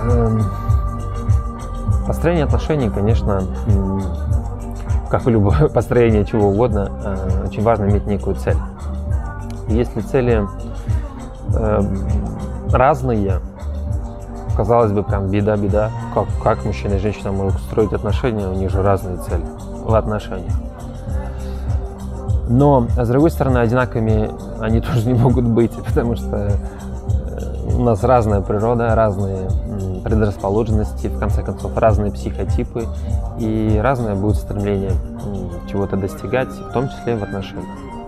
Построение отношений, конечно, как и любое построение чего угодно, очень важно иметь некую цель. Если цели разные, казалось бы, прям беда-беда, как мужчина и женщина могут строить отношения, у них же разные цели в отношениях. Но, с другой стороны, одинаковыми они тоже не могут быть, потому что у нас разная природа, разные предрасположенности, в конце концов, разные психотипы и разное будет стремление чего-то достигать, в том числе в отношениях.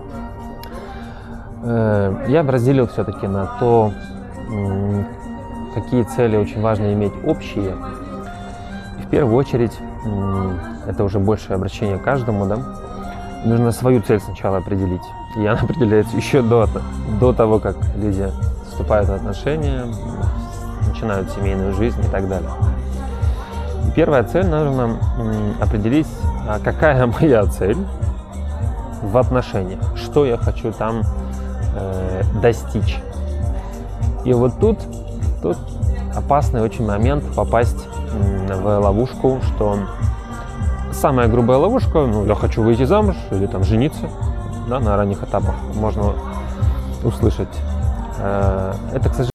Я бы разделил все-таки на то, какие цели очень важно иметь общие. И в первую очередь, это уже большее обращение к каждому, да? Нужно свою цель сначала определить. И она определяется еще до того, как люди вступают в отношения, начинают семейную жизнь и так далее. И первая цель, нужно определить, какая моя цель в отношениях, что я хочу там достичь. И вот тут опасный очень момент попасть в ловушку, что самая грубая ловушка, я хочу выйти замуж или там жениться, да, на ранних этапах можно услышать. Это, к сожалению,